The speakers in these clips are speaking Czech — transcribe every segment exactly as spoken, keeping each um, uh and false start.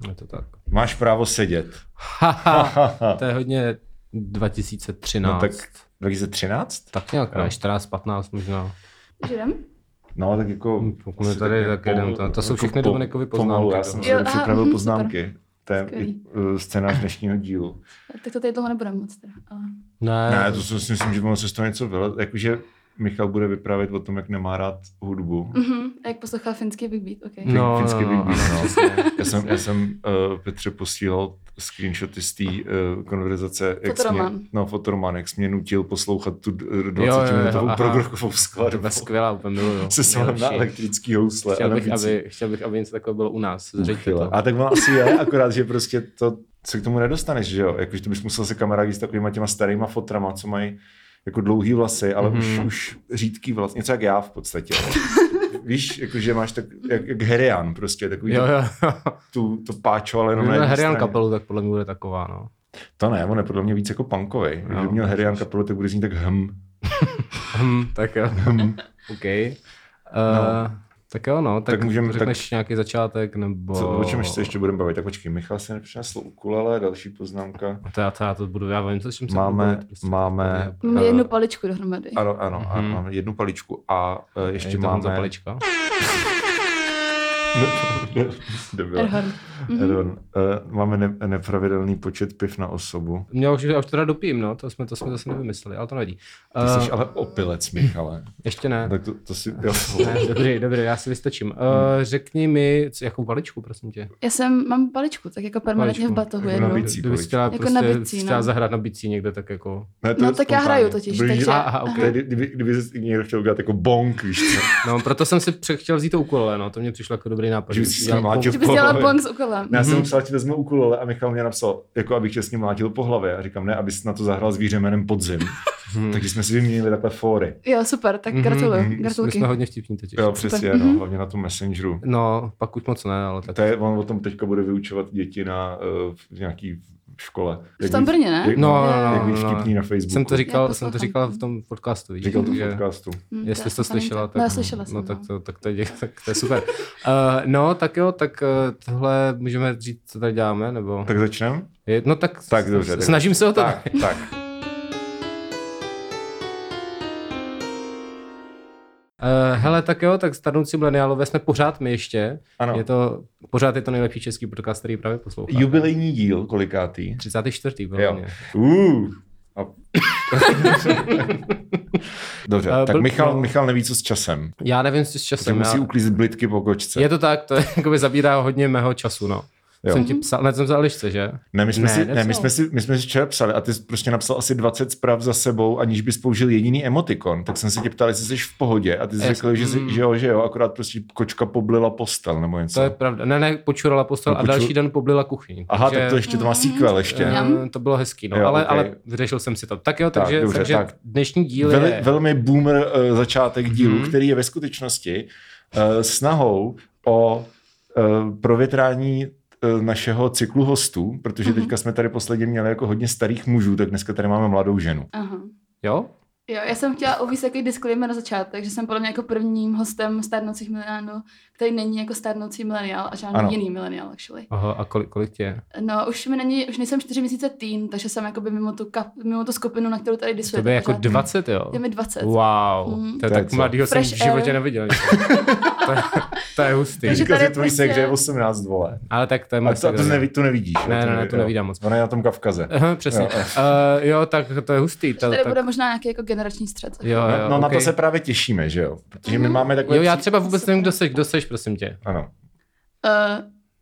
Je to tak. Máš právo sedět. Haha, to je hodně dva tisíce třináct. No tak dva tisíce třináct? Tak nějak, ne, čtrnáct patnáct možná. Židem? No, tak jako... Pokud je tady, tak jedem to. To jsou všechny po, Dominikovy poznámky. Pomalu, já jsem si Jo, připravil aha, poznámky. To je uh, scénář dnešního dílu. Tak to tady dlouho nebudeme moc teda, ale... Ne, Ne, to si myslím, že ono se z toho něco vylet. Jakože Michal bude vyprávět o tom, jak nemá rád hudbu. Mhm, a jak poslouchal finský Big Beat, okej. Fin- No, finský no, Big no, Beat, ano, no. přesně. Já jsem, já jsem uh, Petře posílal screenshoty z té uh, konverzace. Jak Fotoroman. Mě, no, fotoroman, jak jsi mě nutil poslouchat tu Jo, dvacetiminutovou jo, progrochovou To skladbu. je skvělá, úplně miluju. Se svalem na Nejlepší. elektrický housle. Chtěl a bych, navíc- aby, chtěl bych, aby něco takového bylo u nás. Zřejmě to. A tak ono asi je, akorát, že prostě to se k tomu nedostaneš, že jo? Jakože to bys musel se kamarádit s takovýma těma starýma fotrama, co mají jako dlouhý vlasy, ale mm-hmm. už, už řídký vlas, něco jak já v podstatě. Víš, jakože máš tak, jak, jak Herian prostě, takový Jo, jo. tu, to páčo, ale jenom na Kdyby jedné Herian straně. kapelu, tak podle mě bude taková, no. To ne, on je podle mě víc jako punkovej. No, Kdyby měl Herian kapelu, tak bude znít tak hm. Hm, tak jo. OK. Uh, No. Tak jo, no, tak, Tak můžem- řekneš tak- nějaký začátek, nebo... Co, o čem se ještě budeme bavit? Tak počkej, Michal si nepřinesl ukulele, další poznámka. To já, to já to budu, já vím, co s čím se budu Máme, bavit, prostě. máme... Máme eh, jednu paličku dohromady. Ano, ano, Mhm. ano, máme jednu paličku a uh, ještě Je to Honza máme... Palička? Dobrá. Erhard. Erhard. Uh, máme ne- nepravidelný počet piv na osobu. Mě už, já už to teda dopím, no, to jsme, to jsme zase nevymysleli, ale to nevadí. Ty Uh, jsi ale opilec, Michale. ještě ne. Tak to, to si... Jo. Ne, dobrý, dobrý, já si vystačím. Uh, řekni mi, co, jakou paličku, prosím tě? Já jsem, mám paličku, tak jako permanentně v Paličku. batohu Jako na jednu. bicí. Kdyby jsi chtěla, Jako prostě, na bicí, jsi chtěla no. zahrát na bicí někde, tak jako... Ne, to No je tak já spontánně. hraju totiž, Dobrý, takže... že- Aha, ok. aha. Tady, kdyby, kdyby se někdo chtěl udělat jako bonk, víš co? No, proto jsem si pře- chtěl vzít to ukulele, no, to mě přišlo jako dobrý nápad. Že bys si Dělal mlátil Že bonk. bys dělala Pohled. bong s úkolem. Já jsem Mhm. musel, ti vezmu ukulele a Michal mě napsal, jako abych tě s ním mlátil po hlavě. A říkám, ne, abys na to zahrál zvíře jménem Podzim. Takže jsme si vyměnili takhle fóry. Jo, super, tak Mhm, gratuluju. mhm. My Gratulky. jsme hodně vtipní totiž. Jo, přesně, Mhm. no, hlavně na tom Messengeru. No, pak už moc ne, ale tak... To je, on o tom teďka bude vyučovat děti na uh, v nějaký škole. V tom Brně, ne? Jak, No, no, no, jak no, být no. vtipný na Facebooku. Jsem to říkal, Já jsem to poslouchám. říkal v tom podcastu, víš? Říkal to v takže- podcastu. Hm, Jestli to jsi to já jsem slyšela, panika. tak, No, já slyšela jsem, no, tak, no. to, tak, to, je, tak to je super. Uh, no, tak jo, tak uh, tohle můžeme říct, co tady děláme, nebo... Tak začneme? Je, no tak, Tak dobře. tak- snažím se o to. Tak, tak. Uh, hele, tak jo, tak starnoucí mileniálové jsme pořád my ještě. Ano. Je to, pořád je to nejlepší český podcast, který právě poslouchám. Jubilejní díl, kolikátý? třicátý čtvrtý byl Jo. mě. Uh. A... Dobře, Eh, tak byl- Michal, no. Michal neví, co s časem. Já nevím, co s Že časem. musí Já... uklízet blitky po kočce. Je to tak, to je, jakoby zabírá hodně mého času, no. Jo. Jsem ti psal, ne, jsem psal Elišce, že? Ne, my jsme, Ne, si, ne, my, nepsal. jsme si, my jsme si včera psali a ty jsi prostě napsal asi dvacet zpráv za sebou, aniž bys použil jediný emotikon. Tak jsem se tě ptal, jestli jsi v pohodě a ty jsi Jas- řekl, že, jsi, mm. že jo, že jo, akorát prostě kočka poblila postel nebo něco. To je pravda. Ne, ne, počurala postel No, a počur- další den poblila kuchyň. Aha, takže, tak to ještě to má sequel ještě. eh, to bylo hezký, no, Jo, ale, ok. ale vyřešil jsem si to. Tak jo, Tak, takže, dobře, takže tak. dnešní díl Veli, je... velmi boomer uh, začátek dílu, Mhm. který je ve skutečnosti uh, snahou o uh, provětrání uh, našeho cyklu hostů, protože Mhm. teďka jsme tady posledně měli jako hodně starých mužů, tak dneska tady máme mladou ženu. Aha. Jo? Jo, já jsem chtěla uvést takový disclaimer na začátek, že jsem podle mě jako prvním hostem stárnoucích mileniálů, který není jako stárnoucí mileniál a žádný Ano. jiný mileniál, actually. Aha, a kolik, kolik tě je? No, už mi není, už nejsem čtyři měsíce teen, takže jsem jakoby mimo tu, kap, mimo tu skupinu, na kterou tady disujete. To je jako pořád. dvacet, jo? Je mi dvacet. Wow, Mhm. to je To je tak co? mladýho jsem v Fresh životě air. neviděl. to, je, to je hustý. Takže Říkal, tady že tvojí prostě- sex, že je osmnáct, vole. Ale tak to je A moc. to, to, neví, to nevidíš. jo? Ne, to ne, ne, neví- to jo. nevídám moc. Ona je na tom Kavkaze. Aha, přesně. Jo, Jo, jo. uh, jo, tak to je hustý. To, Tady tak, bude možná nějaký jako generační střed. jo, No, jo, no na okay. to se právě těšíme, že jo? Protože my máme takové... Jo, já tři- třeba vůbec nevím, kdo seš, kdo seš, prosím tě. Ano. Uh...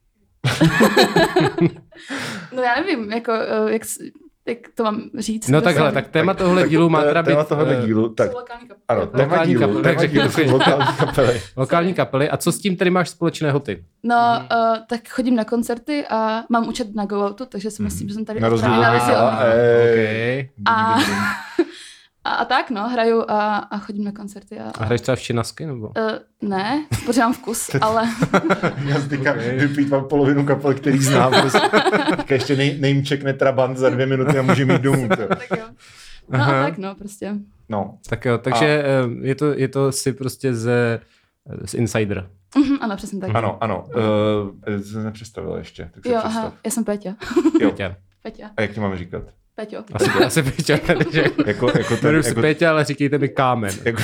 no já nevím, jako, uh, jak, s- jak to mám říct. No Kdo takhle, jsem? tak téma tohle dílu má teda být... Téma tohohle eh, dílu, tak Jsou lokální kapely. ano, téma lokální dílu, kapely, téma tak dílu řekni jsou to. lokální kapely. Lokální kapely. A co s tím tedy máš společného ty? No, uh, tak chodím na koncerty a mám účet na GoOutu, takže si myslím, že jsem tady Na rozdíl od odstranila Michala, rozdíl. ej. Okay. A, a, a tak no, hraju a, a chodím na koncerty. A, A hraješ třeba v Činasky, nebo? uh, ne, protože mám vkus, ale Já si teďka vyplýtvám polovinu kapel, který znám. Prostě. Teďka ještě nej, name checkne Trabant za dvě minuty a může mít domů. To. tak jo. No Aha. a tak no, prostě. No, Tak jo, takže a... je, to, je to si prostě ze Z Insider. Mhm, ano, přesně tak. Ano, ano. Uh, jsem nepředstavila ještě, tak se Jo, představ. aha, já jsem Péťa. Jo. Péťa. Péťa. A jak tě máme říkat? Péťo. Asi, asi Péťa. Jako, jako ten, Jmenuji se jako, Péťa, ale říkejte mi Kámen. jako...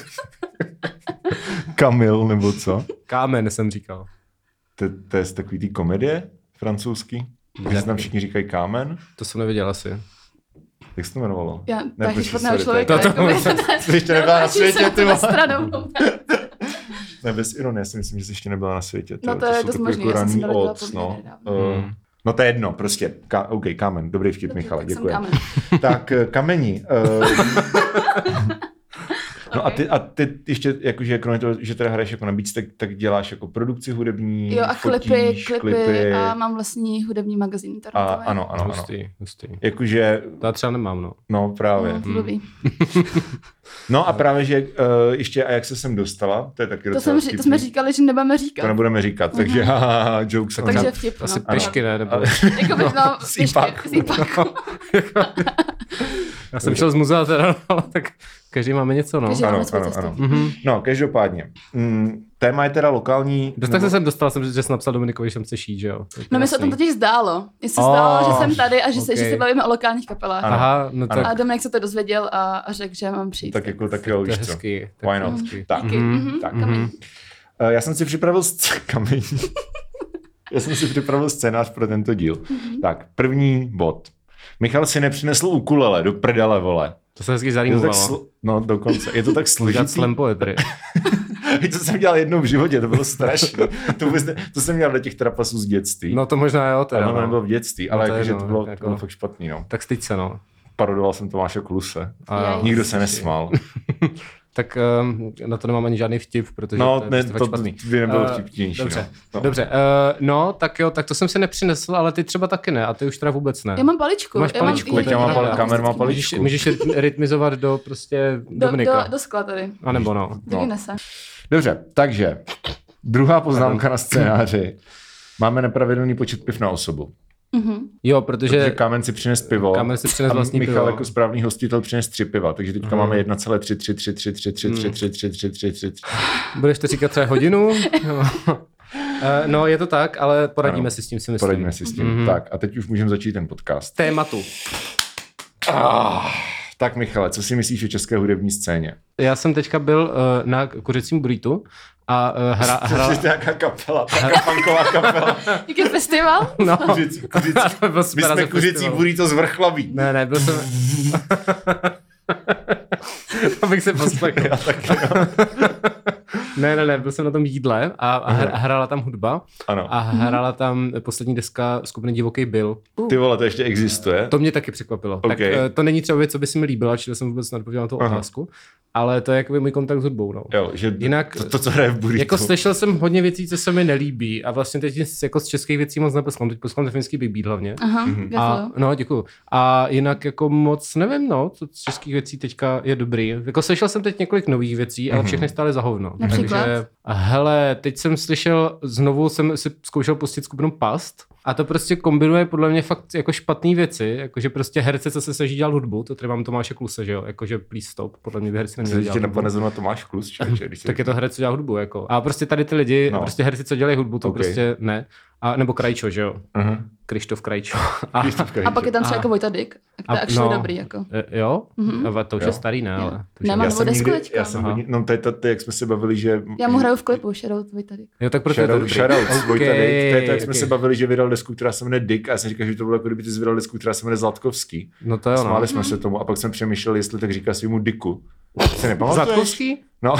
Kamil, nebo co? Kámen jsem říkal. To, to je z takový tý komedie francouzský? Když tam všichni říkají kámen? To jsem nevěděl asi. Jak se to jmenovalo? Já Ne, taky počkej, špatného sorry, člověka. to- to- jakoby. Ty ještě nebyla na světě, ty vole. stranou. Ne, bez ironie, já si myslím, že jsi ještě nebyla na světě. No to je jsou dost takový možný, jako já jsem si ranní narodila odds, poměrně no. nedávno. Uh, no to je jedno, prostě. Ka- OK, kámen, dobrý vtip, Dobře, Michale, tak jsem děkuji. kámen. Tak eh, kamení. Uh, no a Okay. ty, a ty ještě, jakože kromě toho, že teda hraješ jako na beats, tak, tak děláš jako produkci hudební, Jo, a fotíš, klipy, klipy, klipy a mám vlastní hudební magazín. a internetový. ano, ano, ano. Hustý, hustý. Jakože, To já třeba nemám, no. no právě. No, to blbý. No a právě, že uh, ještě a jak se sem dostala, to je taky To, docela jsem, ří- to vtipný. jsme říkali, že nebudeme říkat. To nebudeme říkat, takže haha, jokes. Tak Takže třeba- vtip, no. Asi Ano. pešky, ne? Nebo... Jako by, no, Sípak. pěšky, sípak. Já jsem šel z muzea teda, ale tak každý máme něco, no. Každý Ano, máme svou ano, cestu. ano. Mhm. No, každopádně. Mm, téma je teda lokální. Dost tak se sem dostal, jsem, že jsem napsal Dominikovi, že jsem chce šít, že jo. To je No mi se o tom krásný. totiž zdálo. Mně se Oh, zdálo, že jsem tady a že, se, okay. že se bavíme o lokálních kapelách. Ano. Aha, no Ano. tak A Dominik se to dozvěděl a, a řekl, že mám přijít. Tak jako tak jo, to je víš co. hezký. tak Why to je not? hezký. Tak. Díky. Mhm. Mhm. Tak. Kamení. Uh, já jsem si připravil sc- kamení. Já jsem si připravil scénář pro tento díl. Mhm. Tak, první bod. Michal si nepřinesl ukulele do prdele, vole. To se hezky Je to tak zarýmovalo. sl- no, dokonce. Je to tak Udělat složitý. slam poetry. To jsem dělal jednou v životě, to bylo strašné. To, vůbec ne- to jsem měl do těch trapasů z dětství. No to možná jo, teda. Ano, to no. nebylo v dětství, ale No to je jakože jedno, to bylo, jako- to bylo fakt špatný, no. Tak styď se, no. Parodoval jsem Tomáše Kluse. A Jej. Nikdo se nesmál. Tak um, na to nemám ani žádný vtip, protože No, to je ne, prostě to fakt špatný. by nebylo Eh, vtipnější. Dobře, no. No. dobře. Uh, no, tak jo, tak to jsem si nepřinesl, ale ty třeba taky ne, a ty už teda vůbec ne. Já mám paličku. Máš já mám paličku, i- Peťa má i- pal- i- Kamer má i- paličku. Můžeš, můžeš rytmizovat do prostě do, Dominika. do, do skla tady. A nebo no. No. Taky nese. Dobře, takže druhá poznámka na scénáři. Máme nepravidelný počet piv na osobu. Mhm. Jo, protože Protože Kámen si přines pivo. Kámen si přines a vlastní Michal pivo. jako správný hostitel přines tři piva, takže teďka Mhm. máme jedna celá tři tři tři tři tři tři tři tři tři tři tři tři tři. budeš to říkat třeba hodinu. Jo. Eh, no, je to tak, ale poradíme Ano. si s tím, si myslím. Poradíme si s tím. Mhm. Tak a teď už můžeme začít ten podcast. Tématu. Ah, tak Michale, co si myslíš o české hudební scéně? Já jsem teďka byl uh, na kuřecím burritu a uh, hra, hra, To je nějaká kapela, taková punková kapela. Jaký festival? no, Kuřicí, kuřicí. to byl My super jsme za kuřicí festival. burrito z Vrchlaví. Ne, ne, byl jsem... Abych se poslechl. Já taky, no. Ne, ne, ne, byl jsem na tom jídle a, a hr- hrála tam hudba Ano. a hrála tam poslední deska skupiny Divoký Bill. Ty vole, to ještě existuje? To mě taky překvapilo. Okay. Tak eh, to není třeba věc, co by si mi líbila, čili jsem vůbec neodpověděl na tu Aha. otázku, ale to je jakoby můj kontakt s hudbou. No. Jo, že Jinak- to, to, co hraje v burrito. Jako slyšel jsem hodně věcí, co se mi nelíbí a vlastně teď jako z českých věcí moc neposlám. Teď poslám finský Big Beat hlavně. Aha, Mhm. A, gratuluju. no, děkuju. A jinak jako moc nevím, no, co z českých věcí teďka je dobrý. Jako slyšel jsem teď několik nových věcí, ale Mhm. všechny stály za hovno. Například? Takže, hele, teď jsem slyšel, znovu jsem si zkoušel pustit skupinu Past a to prostě kombinuje podle mě fakt jako špatné věci, jakože prostě herce, co se snaží dělat hudbu, to tady mám Tomáše Kluse, že jo, jakože please stop, podle mě by herci neměli Teď dělat tě hudbu. napadne zrovna Tomáš Klus, člověče, když Tak je to herec, co dělá hudbu, jako. A prostě tady ty lidi, No. no. prostě herci, co dělají hudbu, to Ok. okay. prostě ne. A, nebo Krajčo, že jo? Uh-huh. Krištof Krajčo. A, A pak je tam třeba A- jako Vojta Dyk. Tak to je a- actually no. dobrý, jako. E, jo? Mhm. Mm-hmm. To už Jo. je starý, ne? Jo. Ale to už Nemám je... Já jsem desku nikdy, teďka. já jsem Aha. hodně, no tady, tady, jak jsme se bavili, že... Já mu hraju v klipu, shoutout Vojta Dyk. Jo, tak proto je to Shoutout, dobrý. shoutout, Ok, Vojta Dyk. To je to, jak jsme ok. se bavili, že vydal desku, která se jmenuje Dick, a já jsem říkal, že to bylo jako kdyby ty jsi vydal desku, která se jmenuje Zlatkovský. No to jo, no. Smáli jsme se tomu a pak jsem přemýšlel, jestli tak říká svýmu Dicku. Si nepamatuješ? Zlatkovský? No,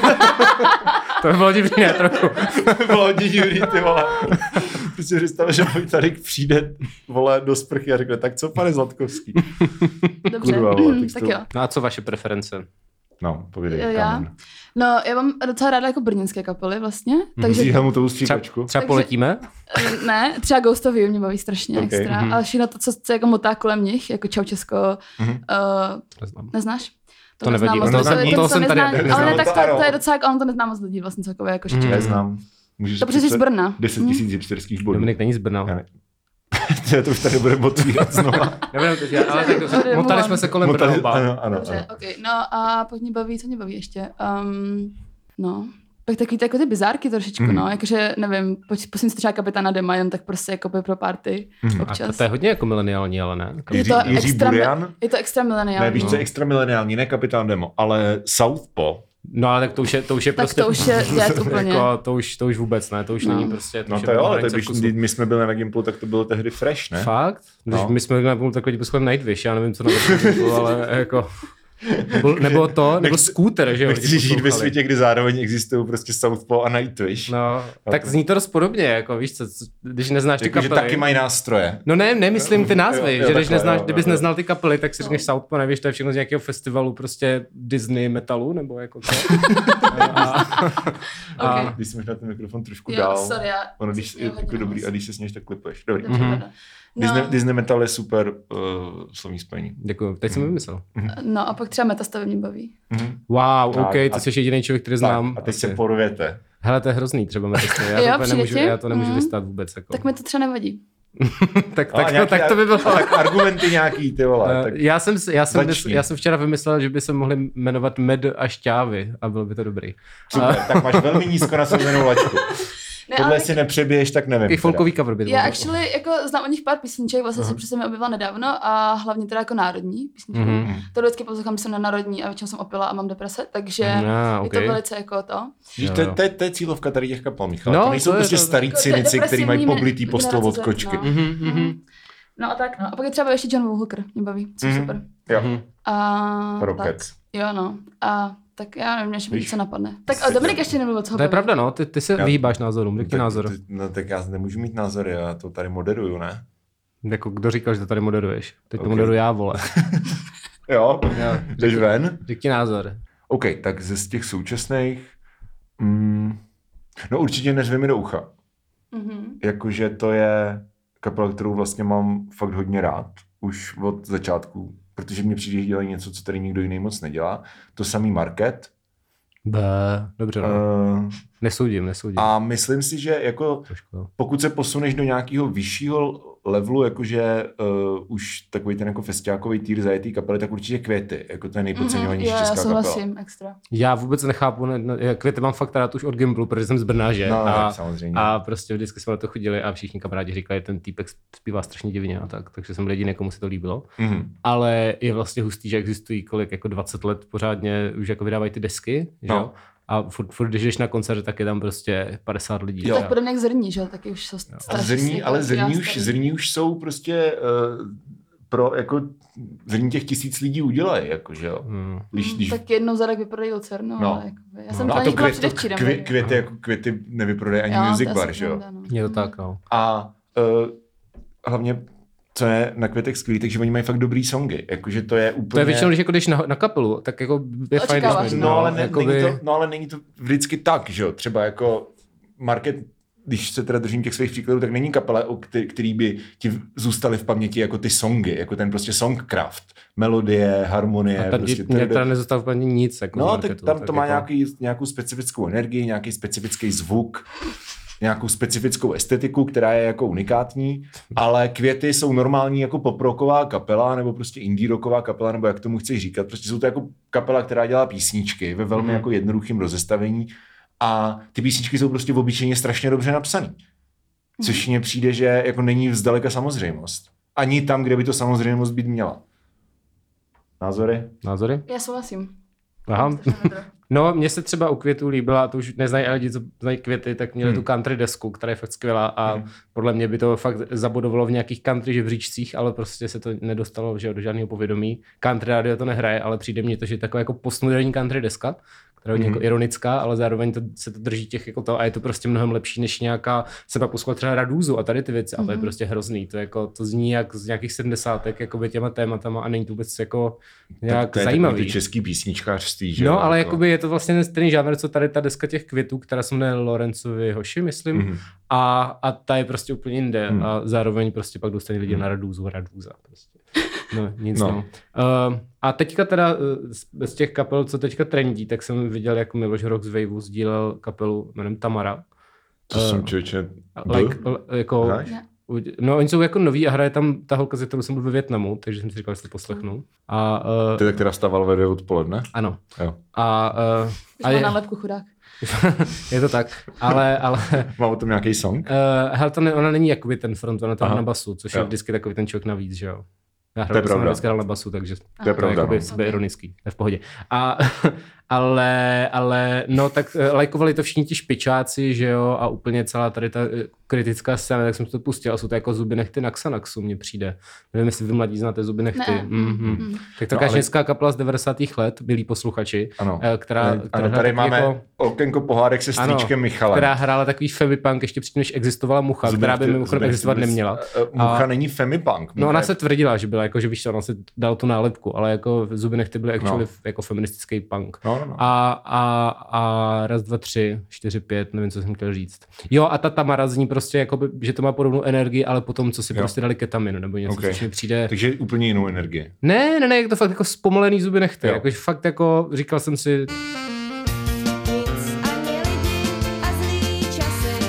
To by bylo divný, ne, trochu. bylo hodně divný, ty vole. Ty si představ, že Vojta Dyk přijde, vole, do sprchy a řekne, tak co, pane Zlatkovský? Dobře, Kurva, vole, Mhm, tak tak to- jo. No a co vaše preference? No, povídej, Jo, já? Kámen. No, já mám docela ráda jako brněnské kapely vlastně, takže Vzít mu tou Třeba, stříkačku. třeba Takže- poletíme? eh, ne, třeba Ghost of You mě baví strašně Ok, extra, mhm. ale všechno to, co se jako motá kolem nich, jako Čau Česko, Mhm. uh, Neznám. neznáš? To nevadí, neznám moc, to to, neznám, to, toho to, jsem tady- neznám, neznám ale ne, to, tak to, ano. to je docela, on to nezná moc lidí vlastně celkově, jako že Mhm. Neznám. Můžeš To protože jsi z Brna. deset tisíc hipsterských bodů. Dominik není z Brna. Já ne. to už tady budeme otvírat znova. Nevím, teď, já- ale tak Dobře, motali mluvám. jsme se kolem No Brna tady, oba. ano, ano, Dobře, ano. ok. No a pak mě baví, co mě baví ještě? Um, no, Pak takový ty, jako ty bizárky trošičku, Mhm. no, jakože, nevím, pojď, pusím si třeba Kapitána Dema, jen tak prostě jako pro party Mhm. A občas. to je hodně jako mileniální, ale ne? Je Jiří, to Jiří extra, Burian? je to extra mileniální. Ne, víš, no. co je extra mileniální, ne Kapitán Demo, ale Southpaw. No ale tak to už je, to už je Tak prostě... to už je dead úplně. Jako, to, už, to už vůbec ne, to už No. není prostě... No už to je jo, mimo ale hranice když vkusu. my jsme byli na Gimplu, tak to bylo tehdy fresh, ne? Fakt? Když No. my jsme na Gimplu takhle poslouchali Nightwish, já nevím, co na Gimplu, ale jako... Nebo, nebo to, nebo Nechci- Scooter, že jo? Nechci lidi žít ve poslouchali. světě, kdy zároveň existují prostě Southpaw a Nightwish. No, tak zní to dost podobně, jako víš co, co- když neznáš ty Jako, že kapely. taky mají nástroje. No ne, nemyslím ty názvy, Jo, jo, že když takhle, neznáš, jo, kdybys jo, jo. neznal ty kapely, tak si řekneš Southpaw, nevíš, to je všechno z nějakého festivalu prostě Disney metalu, nebo jako co? a, Okay. Když si možná ten mikrofon trošku Jo, dál. sorry, já Ono, když jsem je měla jako hodně dobrý, hlas. a když se sněš, tak klipuješ. Dobrý. Dobře, Mhm. pardon. Disney, No, Disney metal je super uh, slovní spojení. děkuju, teď jsem vymyslel. no a pak třeba Metastavy mě baví. Mhm. Wow, Tak, OK, a- ty jsi jediný člověk, který znám. Tak, a teď asi. se porvěte. Hele, to je hrozný třeba Metastavy, já, Jo, to úplně přijde nemůžu, ti? já to nemůžu Mhm. vystát vůbec. Jako. Tak mi to třeba nevadí. tak, Ale tak, nějaký tak to by bylo. ar- Tak argumenty nějaký, ty vole. Eh, Tak já, jsem, já, jsem, začni. já jsem včera vymyslel, že by se mohli jmenovat Med a šťávy a bylo by to dobrý. super, tak máš velmi nízko nasazenou laťku. Ne, Tohle ale si nepřebiješ, tak nevím. I teda. folkový cover by to já bylo. actually jako znám o nich pár písniček, vlastně jsem přece mi objevila nedávno a hlavně teda jako národní písničky. Mhm. To vždycky poslouchám, když jsem na národní a většinou jsem opila a mám deprese, takže Ah, je okay. to velice jako to. Víš, Jo, to, je- jo. to, je- to je cílovka tady těch kapel, Michal. No, to nejsou to je prostě to- starý to je cynici, kteří mají depresivní poblitý postel od generace Z, kočky. no. Mhm, mhm. No a tak, no. A pak je třeba ještě John Hooker, mě baví, což Mhm. super. Jo, Mhm. A Rockets. tak, jo no. A tak já nevím, než mi Víš, něco napadne. Tak jsi a Dominik to- ještě nemluvil, co ho To je baví. pravda, no, ty, ty se Já- vyhýbáš názorům, jaký Tak- názor? ty- No tak já nemůžu mít názory, já to tady moderuju, ne? Jako kdo říkal, že to tady moderuješ? Teď to Ok. moderuju já, vole. Jo, Jo, jdeš ven? Řekni názor. OK, tak ze z těch současných, mm, no určitě Neřvi mi do ucha. Mhm. Jakože to je kapela, kterou vlastně mám fakt hodně rád, už od začátku, protože mně přijde, že dělají něco, co tady nikdo jiný moc nedělá. To samý Market. B, dobře, no. Uh, Nesoudím, nesoudím. a myslím si, že jako Trošku, no. pokud se posuneš do nějakého vyššího levelu, jakože uh, už takový ten jako festiákový týr zajetý kapely, tak určitě Květy, jako to je nejpodceňovanější Jo, já česká kapela. souhlasím, extra. Já vůbec nechápu, ne, ne, Květy mám fakt rád už od Gimplu, protože jsem z Brna, že? No, a, tak samozřejmě. a prostě vždycky jsme na to chodili a všichni kamarádi říkali, ten týpek zpívá strašně divně a tak, takže jsem byl jediný, komu se to líbilo. Mhm. Ale je vlastně hustý, že existují kolik, jako dvacet let pořádně, už jako vydávají ty desky, že No. jo? A furt, furt, když jdeš na koncert, tak je tam prostě padesát lidí. Jo. Tak podobně jak Zrní, že jo, taky už jsou A strašně zrní, jako ale zrní už, starý. zrní už jsou prostě uh, pro jako zrní těch tisíc lidí udělají, jakože jo. Hmm. Když, Mm, když, tak jednou za rok vyprodají Lucernu, No. ale jakoby, já jsem no to a na to nich byla květ, to předevčírem. kvě, květy, jako květy nevyprodají ani Jo, Music to je Bar, asi že jo. pravda, no. Je to tak, no. A uh, hlavně co je na Květech skvělý, takže oni mají fakt dobrý songy. Jakože to je úplně... To je většinou, když jako jdeš na, na kapelu, tak jako je fajn, když Očekáváš, mají- No, ale, ne, jakoby- není to, no ale není to vždycky tak, že jo. Třeba jako Market, když se teda držím těch svých příkladů, tak není kapela, o který, který by ti zůstaly v paměti jako ty songy, jako ten prostě songcraft. Melodie, harmonie. A tady prostě mě teda nezůstal úplně nic. Jako z No, tak marketu, tam tak to má jako... nějaký, nějakou specifickou energii, nějaký specifický zvuk, nějakou specifickou estetiku, která je jako unikátní, ale Květy jsou normální jako poprocková kapela, nebo prostě indie rocková kapela, nebo jak tomu chceš říkat. Prostě jsou to jako kapela, která dělá písničky ve velmi Mhm. jako jednoduchým rozestavení a ty písničky jsou prostě obyčejně strašně dobře napsané. Což mně přijde, že jako není zdaleka samozřejmost. Ani tam, kde by to samozřejmost být měla. Názory? Názory? Já souhlasím. Aha. Strašně dobro. No, mně se třeba u Květů líbila, to už neznají lidi, co znají Květy, tak měli Hmm. tu country desku, která je fakt skvělá a Hmm. podle mě by to fakt zabudovalo v nějakých country žebříčcích, ale prostě se to nedostalo, že jo, do žádného povědomí. Country radio to nehraje, ale přijde mně to, že je taková jako postmoderní country deska, která je hodně Hmm. jako ironická, ale zároveň to, se to drží těch jako to a je to prostě mnohem lepší než nějaká, se pak poslouchat třeba Radúzu a tady ty věci, ale to je Mhm. prostě hrozný. To, je jako, to zní jak z nějakých sedmdesátek jako těma tématama a není to vůbec jako nějak to je zajímavý. takový to český písničkářství, že No, jo, ale jako. jakoby je to vlastně ten stejný žánr, co tady ta deska těch Květů, která se jmenuje Lorenzovi Hoši, myslím, Mhm. a, a ta je prostě úplně jinde Mhm. a zároveň prostě pak dostaní lidi Mhm. na Radúzu, Radúza prostě. No, nic No. no. no. Uh, a teďka teda uh, z, z těch kapel, co teďka trendí, tak jsem viděl, jak Miloš Hrok z Waveu sdílel kapelu jménem Tamara. To Eh, jsem člověče... Like, l- jako, Znáš? Ne. no, oni jsou jako noví a hraje tam ta holka, ze kterou jsem byl ve Vietnamu, takže jsem si říkal, že si to poslechnu. A, uh, Ty, která stával ve dvě odpoledne? ano. Jo. A, uh, Už a má je, nálepku chudák. Je to tak, ale... ale Má o tom nějaký song? uh, hele, to ne, ona není jakoby ten front, ona to Aha. na basu, což Jo. je vždycky takový ten člověk navíc, že jo. Já To je jsem pravda. vždycky hrál na basu, takže To je pravda, jakoby no. sebeironický, to je v pohodě. A, ale, ale, no tak uh, lajkovali to všichni ti špičáci, že jo, a úplně celá tady ta uh, kritická scéna, tak jsem to pustil a jsou to jako zuby nechty na Xanaxu, mně přijde. Nevím, jestli vy mladí znáte zuby nechty. Ne. Mm-hmm. Mm. Tak to No, no, ale- ženská kapela z devadesátých let, milí posluchači, Ano. eh, která, ano, která tady máme jako, okénko pohádek se strýčkem Michalem. která hrála takový femipunk ještě předtím, než existovala Mucha, Zuby která by nechty- mimochodem zuby nechty existovat vůbec- neměla. Uh, Mucha A- není femipunk. No Mucha ona je- se tvrdila, že byla jako, že víš co, ona se dala tu nálepku, ale jako zuby nechty byly actually No. jako feministický punk. No, no, no. A, a, a raz, dva, tři, čtyři, pět, nevím, co jsem chtěl říct. Jo, a ta Tamara zní prostě, jako by, že to má podobnou energii, ale potom, co si Jo. prostě dali ketamin, nebo něco, Okay. což mi přijde... Takže úplně jinou energii. Ne, ne, ne, je to fakt jako zpomalený zuby nechty. Jo. Jakože fakt jako, říkal jsem si, Nic ani lidi a zlý časy.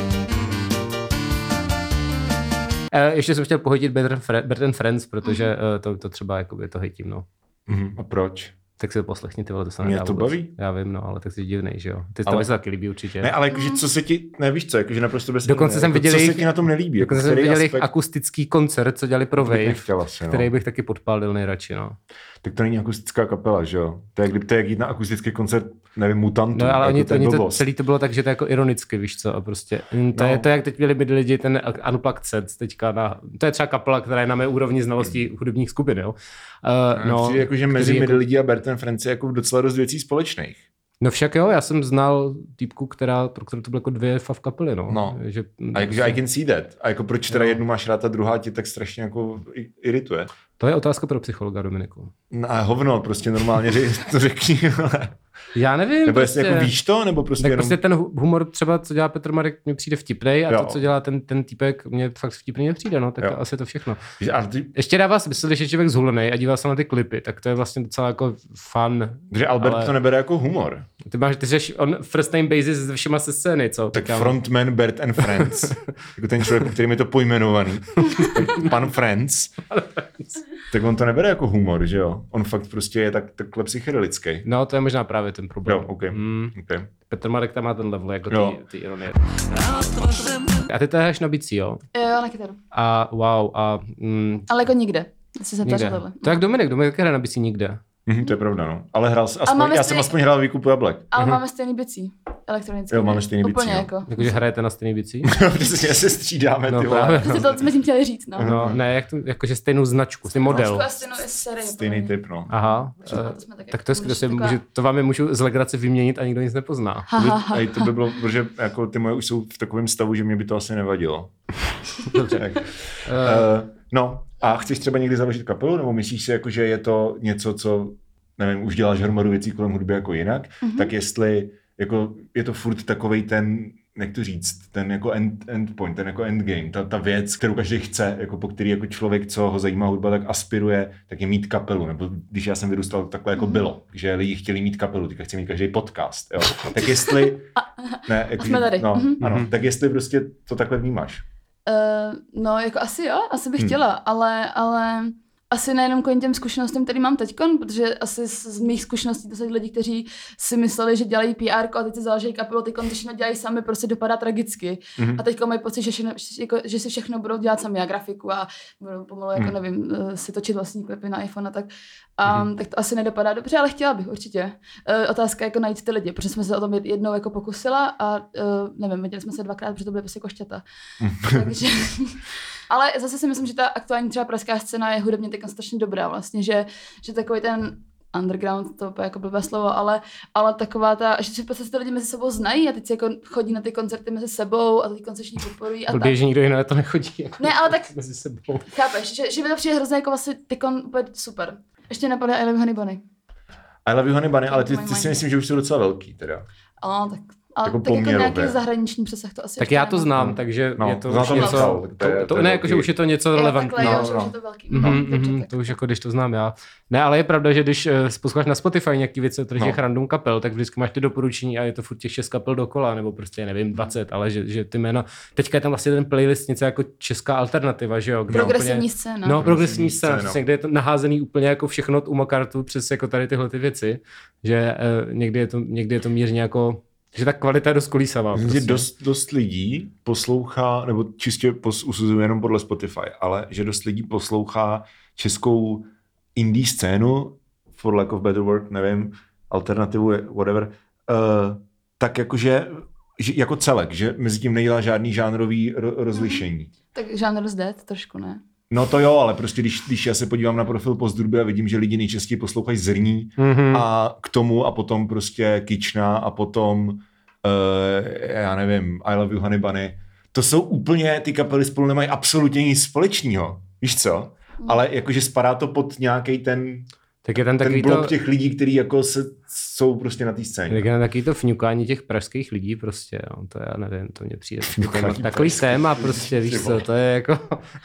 e, ještě jsem chtěl pohodit Better, Fre- Better Friends, protože e, to, to třeba jakoby to hejtím, no. Mhm. A proč? Tak si to poslechni, ty vole, to se Mě nedá to vůbec. baví. Já vím, no, ale tak jsi divnej, že jo. Ty to Ale- mi se taky líbí určitě. Ne, ale jakože co se ti, nevíš co, jakože naprosto bez Dokonce jsem jako, viděl co se jejich- ti na tom nelíbí. Dokonce jako, jsem který viděl jejich aspekt- akustický koncert, co dělali pro To bych Wave, nechtěl asi, no. který bych taky podpálil nejradši, no. Tak to není akustická kapela, že jo? To je, kdyby to je jak jít na akustický koncert, nevím, Mutantů. No ale jako oni, to je oni to blbost. celý to bylo tak, že to je jako ironicky, víš co, a prostě, hm, to, No. je to, jak teď měli by lidi ten Unplugged set teďka na, to je třeba kapela, která je na mé úrovni znalostí hudebních skupin, jo. Uh, No, no, jako, že mezi kteří jako... jako, lidí a Bertem Franci jako docela dost věcí společných. no však jo, já jsem znal týpku, která, pro kterou to bylo jako dvě fav kapely, no. No. Že, A jakože I can see that. A jako proč teda jednu máš rád a druhá tě tak strašně jako i- irituje. To je otázka pro psychologa, Dominiku. No a hovno, prostě normálně ři- to řekni. Já nevím, Nebo prostě, jestli jako víš to, nebo prostě tak jenom... prostě ten hu- humor třeba, co dělá Petr Marek, mi přijde vtipnej a Jo. to, co dělá ten, ten týpek, mně fakt vtipný nepřijde, no, tak Jo. to asi to všechno. A ty, Ještě dává smysl, když je člověk zhulený a dívá se na ty klipy, tak to je vlastně docela jako fun. že Albert ale- to nebere jako humor. Ty máš, ty jsi on first name basis se všema se scény, co? Tak já- frontman Bert and Friends. Jako ten člověk, kterým je to pojmenovaný. Tak pan Friends. Tak on to nebere jako humor, že jo? On fakt prostě je tak, takhle psychedelický. No, to je možná právě ten problém. Jo, OK. Mm, okay. Petr Marek tam má ten level, jako Jo. ty, ty ironie. A ty to hraješ na bicí, jo? Jo, na kytaru. A wow, a mm, Ale jako nikde. Jsi se ptáš nikde. tohle. To jak Dominik, Dominik hraje na bicí nikde. Mhm, to je pravda, no. Ale hrál jsi, aspoň, máme já jsem stejný- aspoň hrál výkupu jablek. Ale máme stejný bicí. Elektronické. Jo, máme stejný bicí, Úplně no. jako. Jakože hrajete na stejný bicí? Přesně se střídáme, No ty vole. právě. Přesně to jsme tím chtěli říct, no. No, ne, jak to, jakože stejnou značku, stejný model. Trošku asi, no, je série, Stejný podle mě. typ, no. Aha, Třeba eh, to jsme taky tak to je skvělé, můžeš můžu, taková- to vám je můžu z legrace vyměnit a nikdo nic nepozná. Ha, ha, ha. A to by bylo, protože jako ty moje už jsou v takovém stavu, že mě by to asi nevadilo. Dobře. Tak. Uh, no, a chceš třeba někdy založit kapelu, nebo myslíš si, jako, že je to něco, co, nevím, už děláš hromadu věcí kolem hudby jako jinak, mm-hmm. tak jestli jako, je to furt takovej ten, jak to říct, ten jako end, endpoint, ten jako endgame, ta, ta věc, kterou každý chce, jako po který jako člověk, co ho zajímá hudba, tak aspiruje, tak je mít kapelu, nebo když já jsem vyrůstal, takhle jako bylo, že lidi chtěli mít kapelu, teďka chci mít každý podcast, jo. Tak jestli, ne, jako, jsme tady. no, Mhm. ano, tak jestli prostě to takhle vnímáš. Uh, no, jako asi jo, asi bych Hmm. chtěla, ale, ale asi nejenom kvůli těm zkušenostem, který mám teďkon, protože asi z, z mých zkušeností to jsou lidi, kteří si mysleli, že dělají P R a teď si založí kapelu, teď když všechno dělají sami, prostě dopadá tragicky. Mhm. A teď mají pocit, že, všechno, jako, že si všechno budou dělat sami a grafiku a budou pomalu, jako Hmm. nevím, eh, si točit vlastní klipy na iPhone a tak. Um, Mhm. Tak to asi nedopadá dobře, ale chtěla bych určitě. Uh, otázka je jako najít ty lidi, protože jsme se o tom jednou jako pokusila a uh, nevím, viděli jsme se dvakrát, protože to byly prostě košťata. Takže... Ale zase si myslím, že ta aktuální třeba pražská scéna je hudebně teď strašně dobrá vlastně, že, že takový ten underground, to je jako blbé slovo, ale, ale taková ta, že si v podstatě ty lidi mezi sebou znají a teď si jako chodí na ty koncerty mezi sebou a ty koncertní podporují a tak. Blbě, že nikdo jiný na to nechodí. Jako Ne, ale tak- mezi sebou. Chápeš, že, že mi to přijde hrozně jako vlastně tykon úplně super. Ještě napadá I Love Honey Bunny. I love you, honey bunny, ale ty, To mají ty si mají. myslím, že už jsou docela velký teda. A tak, a Jako tak jako poměrově. nějaký zahraniční přesah to asi Tak ještě já to nemá. znám, takže No, je to znám už to něco, Michal, tak to je- to, to to, je ne, velký. jakože už je to něco Jo, relevantního. takhle, jo, no, že no. už je to velký. Mhm, No, mhm, dobře, tak. to už jako když to znám já. Ne, ale je pravda, že když uh, posloucháš na Spotify nějaký věci, které No. těch random kapel, tak vždycky máš ty doporučení a je to furt těch šest kapel dokola, nebo prostě nevím, dvacet, ale že, že ty jména, teďka je tam vlastně ten playlist něco jako česká alternativa, že jo? kde Progresivní úplně, scéna. No, progresivní scéna, scéna. přesně, kde je to naházený úplně jako všechno od Umakartu přes jako tady tyhle ty věci, že uh, někdy, je to, někdy je to mírně jako Že ta kvalita je dost kolísavá. Myslím, Prostě. že dost, dost lidí poslouchá, nebo čistě pos, usuzuju jenom podle Spotify, ale že dost lidí poslouchá českou indie scénu, for lack of better word, nevím, alternativu, whatever, uh, tak jakože, že, jako celek, že mezi tím nedělá žádný žánrový ro, rozlišení. Tak žánr zdet trošku, ne? No to jo, ale prostě když, když já se podívám na profil Postdurby a vidím, že lidi nejčastěji poslouchají Zrní Mm-hmm. a k tomu a potom prostě Kična a potom, uh, já nevím, I Love You Honey Bunny. To jsou úplně, ty kapely spolu nemají absolutně nic společného. Víš co? Ale jakože spadá to pod nějaký ten, Tak je tam ten takový blok to... těch lidí, kteří jako se, jsou prostě na té scéně. Tak je tam takový to fňukání těch pražských lidí prostě, no, to já nevím, to mě přijde. Fňukání Takový pražských téma prostě, víš co, to je jako...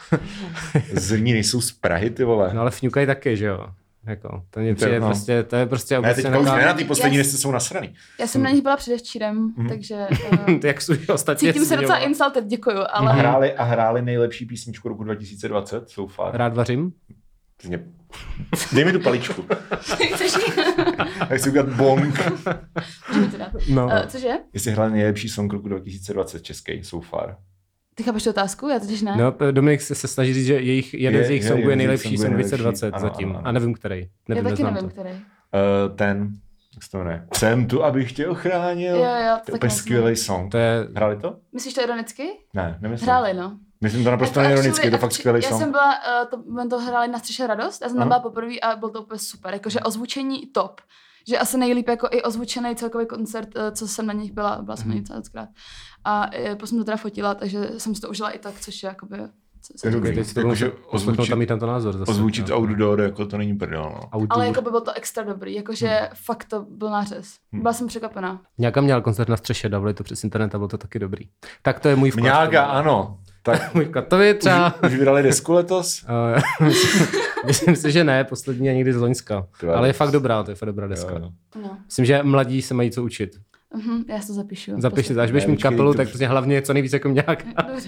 Zrní nejsou z Prahy, ty vole. No ale fňukají taky, že jo. Jako, to mě přijde no. prostě, to je prostě... Ne, obecně teďka už taková- ne, na ty poslední Já- desce jsou nasraný. Já jsem na nich byla předevčírem, Mhm. takže uh, Jak jsou ostatně cítím se docela zmiňoval. insulted, děkuju, A ale hráli, a hráli nejlepší písničku roku dva tisíce dvacet, so far. Rád vařím? Mě... Dej mi tu paličku. chceš jí? Tak si udělat bong. Můžu mi to dát. No. Uh, cože? Jestli hráli nejlepší song roku dva tisíce dvacet český, so far. Ty chápeš tu otázku? Já totiž ne. No, Dominik se, se snaží říct, že jejich, jeden Je- z jejich je- songů je jeden z nejlepší jejich song songů je dvacet dvacet nejlepší. Ano, zatím. ano, ano. A nevím, který. Já Nevím, taky neznám nevím, to. který. Uh, ten, jak se to jmenuje? Jsem tu, abych tě ochránil. Jo, jo, to To je taky úplně neznám. skvělý song. To je... Hráli to? Myslíš to ironicky? Ne, nemyslím. Hráli, no. Myslím to naprosto Jako neironicky, je to actually- fakt skvělý Já song. jsem byla, uh, to, my to hráli na Střeše Radost, já jsem tam Aha. byla poprvé a byl to úplně super, jakože ozvučení top. Že asi nejlíp jako i ozvučený celkový koncert, uh, co jsem na nich byla, byla jsem na nich docela krát. A uh, potom jsem to teda fotila, takže jsem si to užila i tak, což je jakoby... Co, To je dobrý. Teď si to Jakože můžu poslechnout ozvučit- tam mít tento názor zase. Ozvučit no. outdoor, jako to není prdel, no. Outdoor. Ale jako by bylo to extra dobrý, jakože Hmm. fakt to byl nářez. Byla jsem překvapená. Nějaká měla koncert na Střeše, dávali to přes internet a bylo to taky dobrý. Tak to je můj vklad. Mňága, ano. Tak Můj vklad. To je třeba... už vydali desku letos? Uh, myslím, myslím si, že ne, poslední je někdy z Loňska. Tyhle. Ale je fakt dobrá, to je fakt dobrá deska. Jo, jo. No. Myslím, že mladí se mají co učit. Mhm, já si to zapíšu. Zapiš si to, až budeš Ne, mít počkej, kapelu, to- tak prostě hlavně co nejvíc jako nějak. Dobře.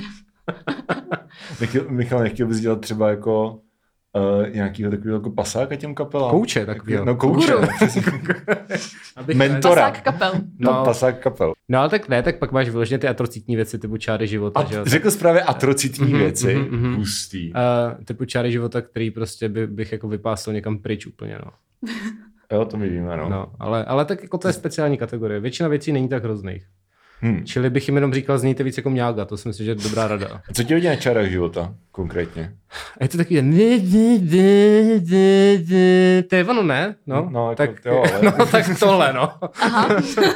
Nechtěl, Michal, nechtěl bys dělat třeba jako uh, nějakýho takového jako pasáka těm kapelám? Kouče takovýho. No kouče, Guru. přesně. Abych- Mentora. Pasák kapel. No. No. Pasák kapel. No ale tak ne, tak pak máš vyloženě ty atrocitní věci typu čáry života, A že jo. řekl jsi právě atrocitní Mhm, věci. mhm, mhm. Hustý. Uh, typu čáry života, který prostě by, bych jako vypásl někam pryč úplně, no. Jo, to my víme, no. no ale, ale tak jako to je speciální kategorie. Většina věcí není tak hrozných. Hm. Čili bych jim jenom říkal, znějte víc jako Mňága, to si myslím, že je dobrá rada. A co tě hodí na čárách života konkrétně? A je to takový, to je ono, ne? No, No, jako tak, jo, ale- no, tak tohle, no. Aha.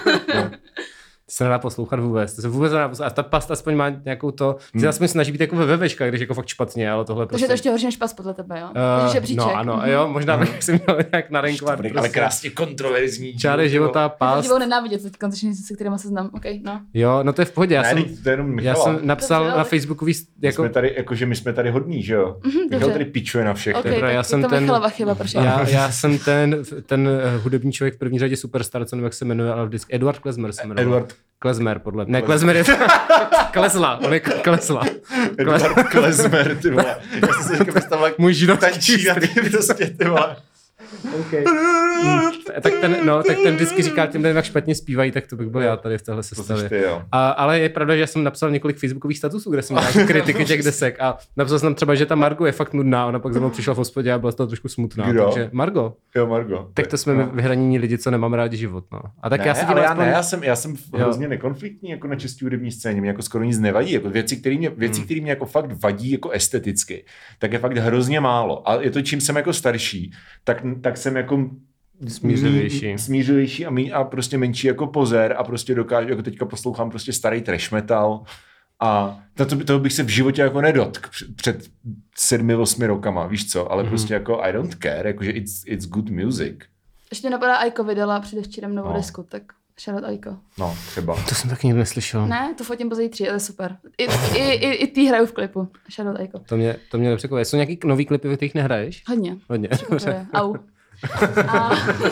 To se nedá poslouchat vůbec, to se vůbec nedá poslouchat. A ta past aspoň má nějakou to, ty hmm. aspoň snaží být jako ve vevečkách, když jako fakt špatně, ale tohle Takže prostě... je to ještě horší než pas podle tebe, jo? Uh, Takže žebříček. no ano, Mhm. jo, možná bych si měl nějak narenkovat. Dobrý, ale krásně kontroverzní. Čáry života, Já past. divou nenávidět teď konečně, se kterýma se znám. OK, no. Jo, no to je v pohodě, já Ne, jsem, teď to je jenom já Michala. jsem napsal Dobře, na ale- Facebookový, My jako, jsme tady, jakože my jsme tady hodní, že jo? Michal dobře. tady pičuje na všechny. OK, Dobrá, tak já já jsem jsem to ten- Michalova chyba, prosím. já, já jsem ten, ten eh, hudební člověk v první řadě Superstar, co nevím, jak se jmenuje, ale vždycky Eduard Klezmer se jmenoval. Eduard, Klezmer, podle mě. Ne, Klezmer je... Klesla, on je Klesla. Eduard Klezmer, ty vole. Já jsem se teďka představila, Můj jak židovský tančí a ty prostě, ty vole. Okay. tak, ten, no, tak ten vždycky říká těm lidem, jak špatně zpívají, tak to bych byl já tady v téhle To jsi sestavě. ty, jo. A, ale je pravda, že jsem napsal několik facebookových statusů, kde jsem měl kritiky těch desek a napsal jsem třeba, že ta Margo je fakt nudná, ona pak za mnou přišla v hospodě a byla z toho trošku smutná. Kdo? Takže Margo, Jo, Margo. tak to jsme my No. vyhranění lidi, co nemám rádi život. No. A tak Ne, já si ale já, aspoň... ne, já jsem, já jsem Jo. hrozně nekonfliktní jako na české hudební scéně, mě jako skoro nic nevadí, jako věci, které mě, věci, Hmm. které mě jako fakt vadí jako esteticky, tak je fakt hrozně málo. A je to, čím jsem jako starší, tak, tak jsem jako Smířlivější. mí- smířlivější a, mí, a prostě menší jako pozér a prostě dokážu, jako teďka poslouchám prostě starý trash metal a na to, toho bych se v životě jako nedotk před- před sedmi, osmi rokama, víš co, ale Mhm. prostě jako I don't care, jakože it's, it's good music. Ještě napadá Aiko vydala předevčírem novou No. desku, tak shoutout Aiko. No, třeba. To jsem taky nikdy neslyšel. Ne, to fotím po zítří, ale je super. I, i, i, i ty hraju v klipu. Shoutout Aiko. To mě, to mě nepřekvapuje. Jsou nějaký nový klipy, ve kterých nehraješ? Hodně. Hodně. Překvapuje. Au. A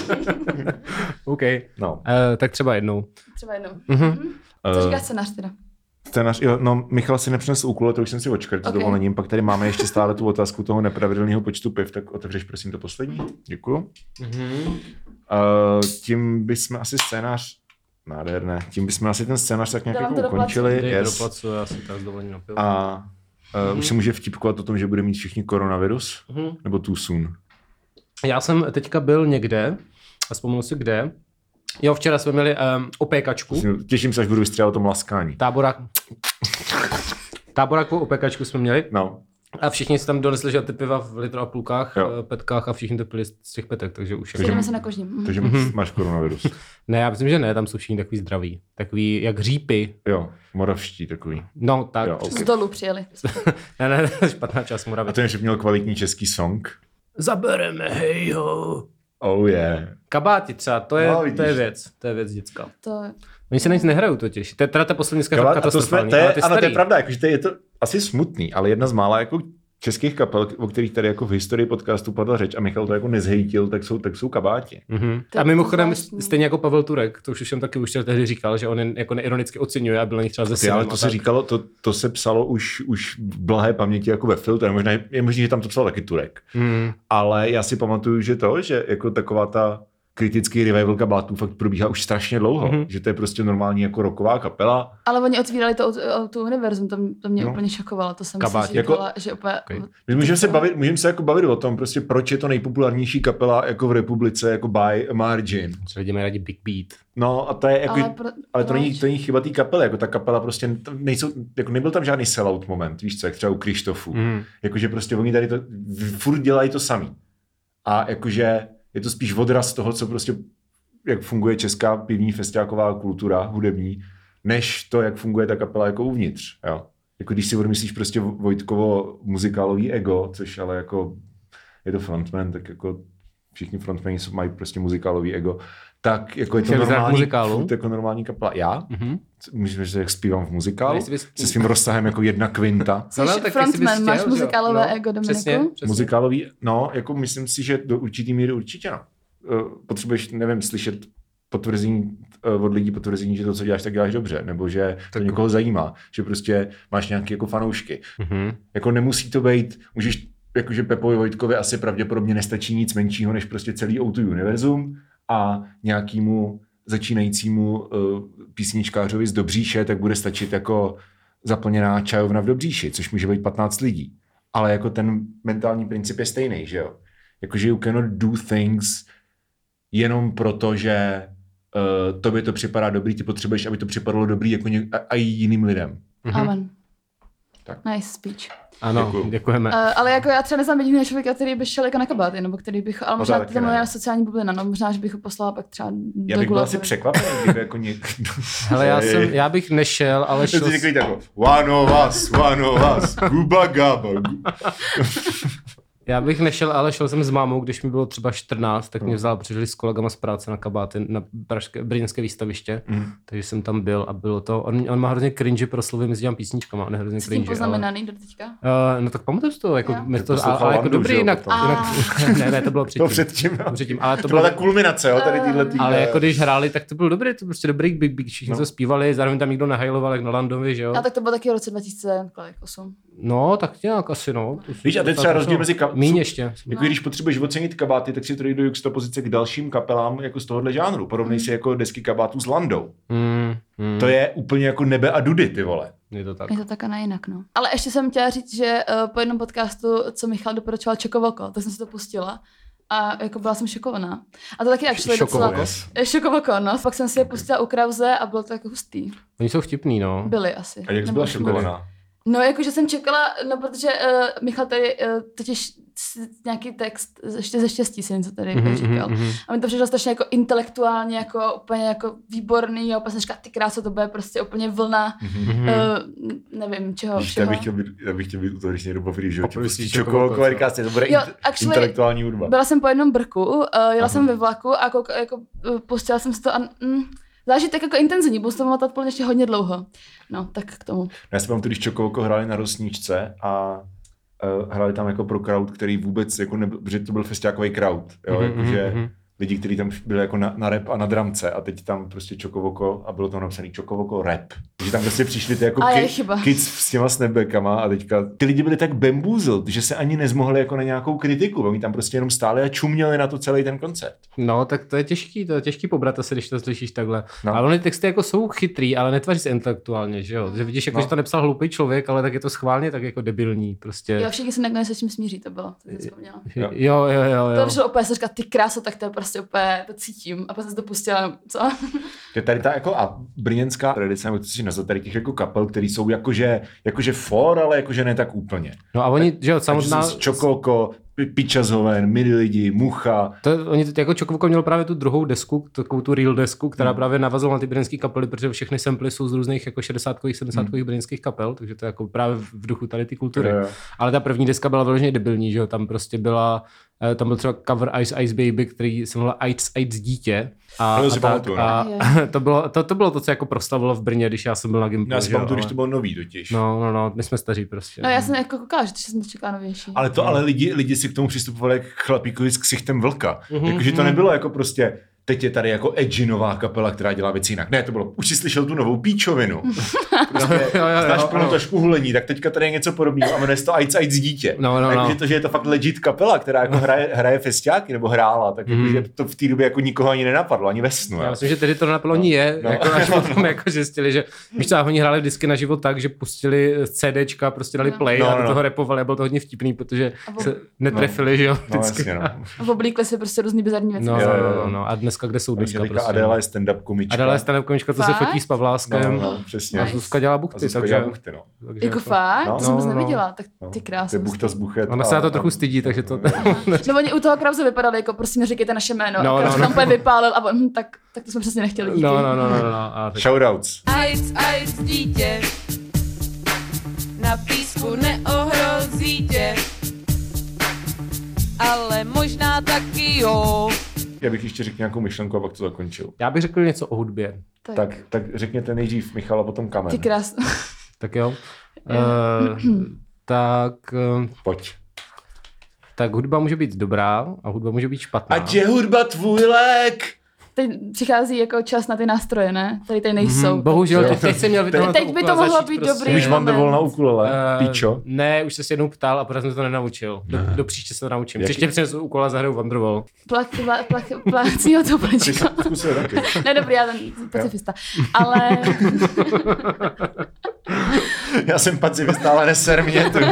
OK. No. Uh, tak třeba jednou. třeba jednou. Mhm. Mhm. Co říká scénář teda? Scénář, jo, no, Michal si nepřinesl úkol, to už jsem si očkrt s Ok. dovolením, pak tady máme ještě stále tu otázku toho nepravidelného počtu piv, tak otevřeš prosím to poslední. Děkuju. Mhm. Uh, tím bychom asi scénář Nádherné. Tím bychom asi ten scénář tak nějak Dávám jako to do ukončili. Dej Yes. do placu, já si tak s dovolením napiju. A uh, Mhm. už se může vtipkovat o tom, že bude mít všichni koronavirus? Mhm. Nebo too soon? Já jsem teďka byl někde, a vzpomněl si kde. Jo, včera jsme měli um, opékačku. Těším se, až budu vystřelat o tom laskání. Táborák. Táborákovou opékačku jsme měli. No. A všichni si tam donesli, že ty piva v litru a půlkách, Jo. eh, petkách a všichni to pili z z těch petek, takže už... Sjedeme se na kožním. Mhm. Takže máš koronavirus. Ne, já myslím, že ne, tam jsou všichni takový zdraví. Takový jak řípy. Jo, moravští takový. No, tak. Jo, ok. Z dolu přijeli. Ne, ne, ne, špatná čas Moravy. A ten, že měl kvalitní český song. Zabereme, hejho. Oh yeah. Kabáti třeba, to je, No, to je vidíš. věc, to je věc dětská. To Oni se na nic nehrajou totiž. To je teda ta poslední dneska Kabát, a to, jsme, katastrofální, to je, ale ty ano, to je starý. pravda, jakože to je, je to asi smutný, ale jedna z mála jako českých kapel, o kterých tady jako v historii podcastu padla řeč a Michal to jako nezhejtil, tak jsou, tak jsou Kabáti. Mhm. To A je mimochodem, zvláštní. stejně jako Pavel Turek, to už jsem taky už tehdy říkal, že on je jako neironicky oceňuje a byl na nich třeba ze Ty, ale synem to a se tak. říkalo, to, to se psalo už, už v blahé paměti jako ve filtru, možná je, je možný, že tam to psal taky Turek. Mhm. Ale já si pamatuju, že to, že jako taková ta kritický revival Kabátů fakt probíhá už strašně dlouho, Mhm. že to je prostě normální jako rocková kapela. Ale oni otvírali to, to univerzum, to, to mě No. no. úplně šokovalo, to jsem Kabát, si jako- říkala, že úplně... Okay. My můžeme se bavit, můžeme se jako bavit o tom, prostě proč je to nejpopulárnější kapela jako v republice, jako by Margin. Co lidi mají rádi Big Beat. No a to je jako, Ale ale, pro- ale to není, proč? to není chyba té kapely, jako ta kapela prostě to nejsou, jako nebyl tam žádný sellout moment, víš co, jak třeba u Krištofu. Mhm. Jakože prostě oni tady to, furt dělají to samý. A jakože je to spíš odraz toho, co prostě, jak funguje česká pivní festiáková kultura hudební, než to, jak funguje ta kapela jako uvnitř, jo. Jako když si odmyslíš prostě Vojtkovo muzikálový ego, což ale jako je to frontman, tak jako všichni frontmani jsou- mají prostě muzikálový ego, tak jako je to Chtěl bys hrát v normální, muzikálu? furt jako normální kapela. Já? Mhm. Můžeš říct, jak zpívám v muzikálu, Nejsi vys- se svým rozsahem jako jedna kvinta. Jsi No, no, tak ty si frontman, bys máš chtěl, že jo? muzikálové No, ego, Dominiku? přesně, přesně. Muzikálový, no, jako myslím si, že do určitý míry určitě, no. Eh, Potřebuješ, nevím, slyšet potvrzení eh, od lidí potvrzení, že to, co děláš, tak děláš dobře, nebo že to Tak- někoho zajímá, že prostě máš nějaké jako fanoušky. Mhm. Jako nemusí to být, můžeš, jakože Pepovi Vojtkovi asi pravděpodobně nestačí nic menšího, než prostě celý ó dva univerzum a nějakému začínajícímu uh, písničkářovi z Dobříše, tak bude stačit jako zaplněná čajovna v Dobříši, což může být patnáct lidí. Ale jako ten mentální princip je stejný, že jo? Jakože you cannot do things jenom proto, že uh, tobě to připadá dobrý, ty potřebuješ, aby to připadalo dobrý jako ně- a, a i jiným lidem. Mhm. Amen. Tak. Nice speech. Ano, Děkuju. děkujeme. Uh, ale jako já třeba neznám jediného člověka, který by šel jako na kabáty, nebo který bych, ale No možná taky to ne. moje sociální bublina, no možná, že bych ho poslala pak třeba Já do bych byl Gula. asi překvapený, kdyby jako někdo... Hele, já, jsem, já bych nešel, ale šel... To řekli tako, one of us, one of us, guba gaba. Já bych nešel, ale šel jsem s mámou, když mi bylo třeba čtrnáct, tak mě vzal, přišli s kolegama z práce na kabáty na pražské, brněnské výstaviště, Mm. takže jsem tam byl a bylo to, on, on má hrozně cringe proslovy mezi těmi písničkama, on je hrozně S tím cringe, ale, poznamenaný do teďka. uh, no tak pamatuju si to, jako, Jo. mě Tak to, ale, poslouchal ale jako Landu, dobrý, že jo, jinak, potom. jinak, ne, ne, to bylo předtím. To předtím, jo. předtím, ale to, To bylo, byla ta kulminace, jo, tady tyhle tý, ale jako když hráli, tak to bylo dobrý, to prostě dobrý big big, všichni No. to zpívali, zároveň tam nikdo nehajloval, jak na Landovi, že jo. A tak to bylo taky v roce dva tisíce osm. No, tak nějak asi, no. Víš, a teď třeba rozdíl mezi kap- Míň ještě. Jako když potřebuješ ocenit kabáty, tak si to do juxtapozice k dalším kapelám jako z tohohle žánru. Porovnej si jako desky kabátů s Landou. Mm, mm, To je úplně jako nebe a dudy, ty vole. je to tak. Je to tak a nejinak, no. Ale ještě jsem chtěla říct, že uh, po jednom podcastu, co Michal doporučoval Čokovoko, tak jsem si to pustila. A jako byla jsem šokovaná. A to taky actually docela... Šokovoko? Eh, Šokovoko, no. Pak jsem si je pustila u Krause a bylo to jako hustý. Oni jsou vtipný, no. Byli asi. A jak jsi Nebo byla byli. šokovaná? No, jakože jsem čekala, no protože uh, Michal tady uh, totiž s- nějaký text ještě ze štěstí si něco tady Mhm, mm-hmm, říkal. mhm, mhm. A mi to přišlo strašně jako intelektuálně, jako úplně jako výborný a úplně jsem říkala, ty kráso, to bude prostě úplně vlna, Mhm. uh, nevím čeho, Víš, já všeho. bych chtěl být, já bych chtěl být u toho, když někdo baví, že Poprvé pustí si Čokovoko Čokovoko, a říká si, to bude Jo, int- actually, intelektuální hudba. Byla jsem po jednom brku, uh, jela Aha. jsem ve vlaku a kouk, jako, uh, pustila jsem si to a mm, zážitek jako intenzivní, budu se to pamatovat podle mě ještě hodně dlouho. No, tak k tomu. Já si pamatuju, když Čokovoko hráli na Rosničce a uh, hráli tam jako pro crowd, který vůbec, jako nebyl, protože to byl festiákový crowd, jo, Mhm, jakože mhm. lidi, kteří tam byli jako na, na rap a na dramce a teď tam prostě Čokovoko a bylo tam napsaný Čokovoko rap. Že tam prostě přišli ty jako A je ki- chyba. kids s těma snapbackama a teďka ty lidi byli tak bamboozled, že se ani nezmohli jako na nějakou kritiku. Oni tam prostě jenom stáli a čuměli na to celý ten koncert. No, tak to je těžký, to je těžký pobrat asi, když to slyšíš takhle. No. No. Ale ony texty jako jsou chytrý, ale netvaří se intelektuálně, že jo? Že vidíš, jako, No. že to nepsal hloupý člověk, ale tak je to schválně tak jako debilní, prostě. Jo, všichni se nakonec se čím smíří, to bylo, to jsem vzpomněla. Jo, jo, jo, jo. To jo. přišlo úplně, jsem říkala, ty kráso, tak to je prostě úplně, to cítím. A pak jsem se to pustila, co? Je tady ta jako a brněnská tradice, nebo to si nazvat tady těch jako kapel, který jsou jakože, jakože for, ale jakože ne tak úplně. No a oni, že jo, Samotná... samotná... Čokolko, Pičazoven, Milí lidi, Mucha. To, oni jako Čokovko měl právě tu druhou desku, takovou tu real desku, která hmm. právě navazovala na ty brněnské kapely, protože všechny samply jsou z různých jako šedesátkových, sedmdesátkových hmm. brněnských kapel, takže to je jako právě v duchu tady ty kultury. Jo, jo. Ale ta první deska byla vyloženě debilní, že jo, tam prostě byla, tam byl třeba cover Ice Ice Baby, který se jmenoval Ice Ice dítě. A, To a, si tak, pamatuju, no. a to, bylo, to, to bylo to, co jako proslavilo v Brně, když já jsem byl na Gimplu. Já si že jo, pamatuju, když ale- to bylo nový totiž. No, no, no, my jsme staří prostě. No já jsem jako koukala, že to jsem to čekala novější. Ale to, ale lidi, lidi si k tomu přistupovali jak chlapíkovi s ksichtem vlka. Mhm, Jakože to mhm. nebylo jako prostě, teď je tady jako edgy nová kapela, která dělá věci jinak. Ne, to bylo, už jsi slyšel tu novou píčovinu. Prostě, Jo, jo, jo, znáš jo, plnou ano. tašku hulení, tak teďka tady je něco podobného a jmenuje se to Aids Aids dítě. No, no, Takže no. to, že je to fakt legit kapela, která jako hraje, hraje festiáky nebo hrála, tak jako, Mhm. že to v té době jako nikoho ani nenapadlo, ani ve snu. Já jo. myslím, že tedy to napadlo ní je, No. no. jako až potom jako zjistili, že víš co, oni hráli disky na život tak, že pustili CDčka, prostě dali No. play No, a do no. toho repovali a bylo to hodně vtipný, protože A vo- se netrefili, že jo, No vždycky. jasně, no. A oblíkli si prostě různý bizarní věci. No, Jo, no, jo, no, jo. no, a dneska kde jsou dneska Angelika prostě. Adéla je stand-up komička. Adela je stand-up komička, co se Fakt? fotí s Pavláskem. No, no, přesně. A Nice. Zuzka dělá A buchty, Zuzka takže... dělá buchty, no. takže Jako jako- fakt? No. To jsem vůbec No, no. neviděla, tak No. ty To krásy. je buchta z buchet. Ona se na to a- trochu stydí, takže to... No oni u toho Krause vypadali jako prostě neříkejte naše jméno. No, No, a no, no, no. tam úplně vypálil a on, hm, tak, tak to jsme přesně nechtěli. Díky. No, no, no, no, no. A tak... Shoutouts. Ajc, ajc, dítě, na písku neohrozí tě, ale možná taky jo. Já bych ještě řekl nějakou myšlenku a pak to zakončil. Já bych řekl něco o hudbě. Tak, Tak, tak řekněte nejdřív Michal a potom Kamen. ty krás. Tak jo. Uh, tak... Uh, Pojď. tak hudba může být dobrá a hudba může být špatná. Ať je hudba tvůj lék! Teď přichází jako čas na ty nástroje, ne? Tady tady nejsou. Mhm, bohužel, Jo. teď, teď jsem měl Teď- vytáhnout Teď by to mohlo být dobrý. Už mám dovolil na ukulele, Uh, píčo. Ne, už se s jednou ptal a pořád jsem to nenaučil. Do, do příště se to naučím. Jaký? Příště přinesu úkol a zahraju Wonderwall. Plak, plak, plak, plácího to Ty plečko. jsi zkusil taky. Ne, dobrý, já jsem pacifista. Ale Já jsem pacifista, ale neser mě. To.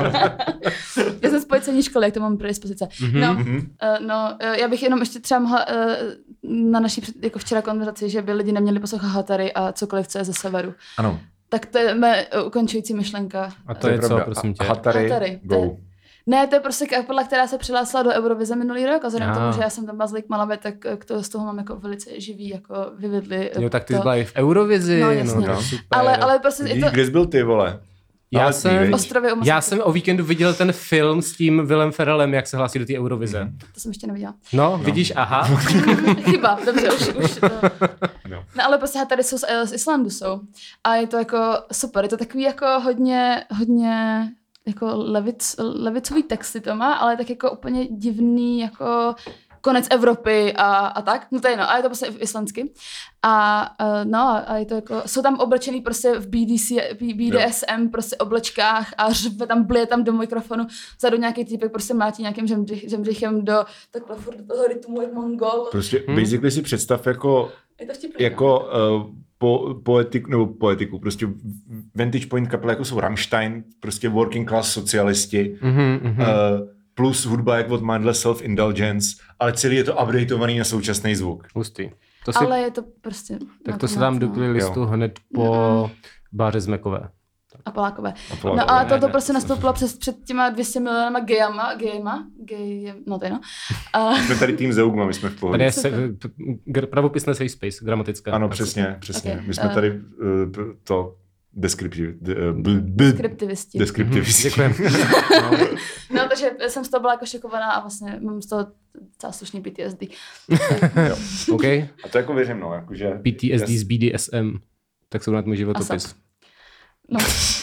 já jsem z policejní školy, jak to mám predispozice. No, Mhm. uh, no, uh, já bych jenom ještě třeba mohla uh, na naší před- jako včera konverzaci, že by lidi neměli poslouchat Hatary a cokoliv, co je ze severu. Ano, Tak to je mé uh, ukončující myšlenka. A to je co, prosím tě? A Hatary, Hatary, to go. je- Ne, to je prostě kapela, která se přihlásila do Eurovize minulý rok a vzhledem k Ah. tomu, že já jsem tam Bazlik Malabě, tak eh, k to, z toho mám jako velice živý, jako vyvedli. eh, Jo, tak ty to. jsi byla i v Eurovizi, No, no, jasně. no, super. Ale, ale prostě je Vidíš, to kde jsi byl ty, vole? Já Ale jsem- ty, viď? ostrovy u Já jsem o víkendu viděl ten film s tím Willem Ferrellem, jak se hlásí do té Eurovize. Mhm. To jsem ještě neviděla. No, vidíš, aha. Chyba, dobře, už, už to... No. No ale prostě tady jsou z, eh, z Islandu jsou. A je to jako super, je to takový jako hodně, hodně jako levic, levicový texty to má, ale tak jako úplně divný jako konec Evropy a, a tak. No to je no, a je to prostě islandsky. A uh, no, a je to jako, jsou tam oblečený prostě v B D C, B D S M prostě oblečkách a řve tam, blije tam do mikrofonu, vzadu nějaký týpek prostě mlátí nějakým žemřich, žemřichem do takhle furt do toho rytmu jak mongol. Prostě Hmm. basically si představ jako, Je to vtipný. jako uh, po, poetik, nebo poetiku, prostě vantage point kapela, jako jsou Rammstein, prostě working class socialisti, Mhm, mhm. uh, plus hudba jak od Mindless Self-Indulgence, ale celý je to updateovaný na současný zvuk. Hustý. To si, Ale je to prostě... tak no, to se dám do no. playlistu Jo. hned po Báře Zmekové. A Polákové. A Polákové, No a ne, to, to ne. prostě nastoupilo přes, před těma dvě stě milionama gejama, gejma, gej, no to je no. A, Jsme tady tým Zeugma, my jsme v Tady pohodě. je se, gr- pravopisné safe space, gramatická. Ano, přesně, přesně. Okay. My jsme Eh. tady uh, to deskriptiv, de, uh, bl, bl, skriptivisti. deskriptivisti. Děkujeme. No. No, takže jsem z toho byla jako šokovaná a vlastně mám z toho docela slušný P T S D. Jo. OK. A to jako věřím, no, jakože... P T S D z B D S M. Tak jsou na můj životopis. No.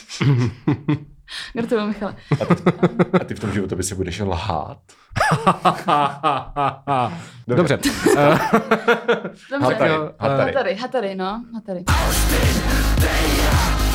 Gratuluju, Michale. A ty v tom životopise budeš lhát? Dobře. Dobře. Hatary, jo, Hatary. Hatary, Hatary, no, Hatary.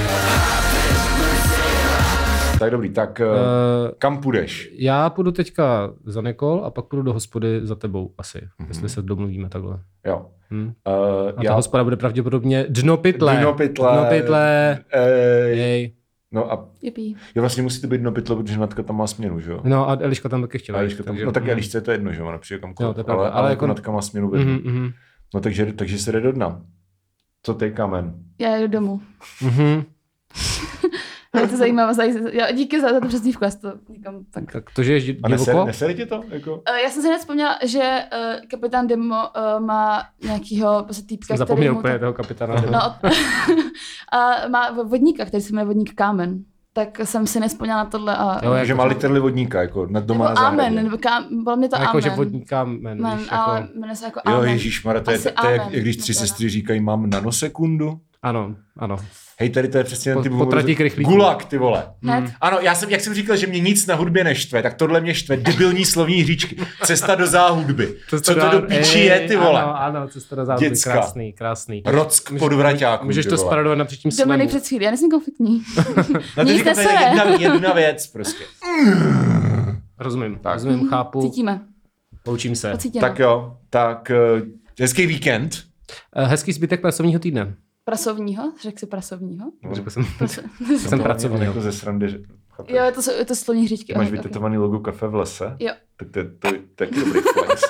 Tak dobrý, tak uh, Uh, kam půjdeš? já půjdu teďka za Nikol a pak půjdu do hospody za tebou asi, Mhm. mm-hmm. jestli se domluvíme takhle. Jo. Hm. Uh, A ta hospoda bude pravděpodobně dno pytle. Dno pytle. Dno pytle. Ej. Jej. No a Jipí. jo, vlastně musíte být dno pytle, protože Natka tam má směnu, že jo? No a Eliška tam taky chtěla. A jít, Eliška tam, takže- no tak mm. Elišce je to jedno, že ona přijde kamkoliv, Jo, to je pravda, ale, ale, ale jako jako- Natka má směnu ve dnu. Mhm, mhm. No takže, takže se jde do dna. Co ty, Kamen? Já jdu domů. Mhm. Je to zajímavé. zaj- Já, díky za, za to přezdívku, já si to někam tak. Tak to, že ješ A neser, divoko? nesere ti to? Jako? Uh, já jsem si hned vzpomněla, že uh, kapitán Demo uh, má nějakýho prostě týpka, Jsem který zapomněl mu úplně to... toho kapitána. No, a má vodníka, který se jmenuje vodník Kámen. Tak jsem si nespomněla na tohle a... Jo, že jako- má literally vodníka, jako na doma nebo na zahradě. Amen, nebo ká... bylo mě to jako, Amen. že vodníka men, Man, víš, ale jako... jmenuje se jako Jo, Amen. ježíšmarja, to je, Asi to je jak, Amen, jak když tři možná. sestry říkají, mám nanosekundu. Ano, ano. Hej, tady to je přesně ten Po- typ potratí krychlíků. Gulag, ty vole. Hned. Ano, já jsem, jak jsem říkal, že mě nic na hudbě neštve, tak tohle mě štve, debilní slovní hříčky. Cesta do záhudby. Co to do píči je, ty vole? Ano, ano, cesta do záhudby, Děcka. krásný, krásný. Rock Může- pod vraťáků, Můžeš ty to vole. sparodovat na příštím Dominik slamu. před chvílí, já nejsem konfliktní. No to Nic říkám, to je nesere. jedna, jedna věc prostě. Rozumím, Tak. rozumím, chápu, Cítíme, poučím se. pocítíme. Tak jo, tak uh, hezký víkend. Eh, Hezký zbytek pracovního týdne. Prasovního? Řekl jsi prasovního? Řekl jsem, Praso... jsem To pracovní. on jako ze srandy, že... chápeš? jo, je to, je to slovní hříčky. Máš aha, ok. vytetovaný logo Kafe v lese? Jo. Tak to je to, to je taky dobrý flex.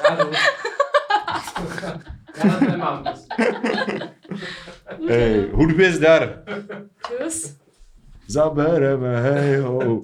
Já to nemám. Hej, hudbě zdar. Čus. Zabereme, hej ho.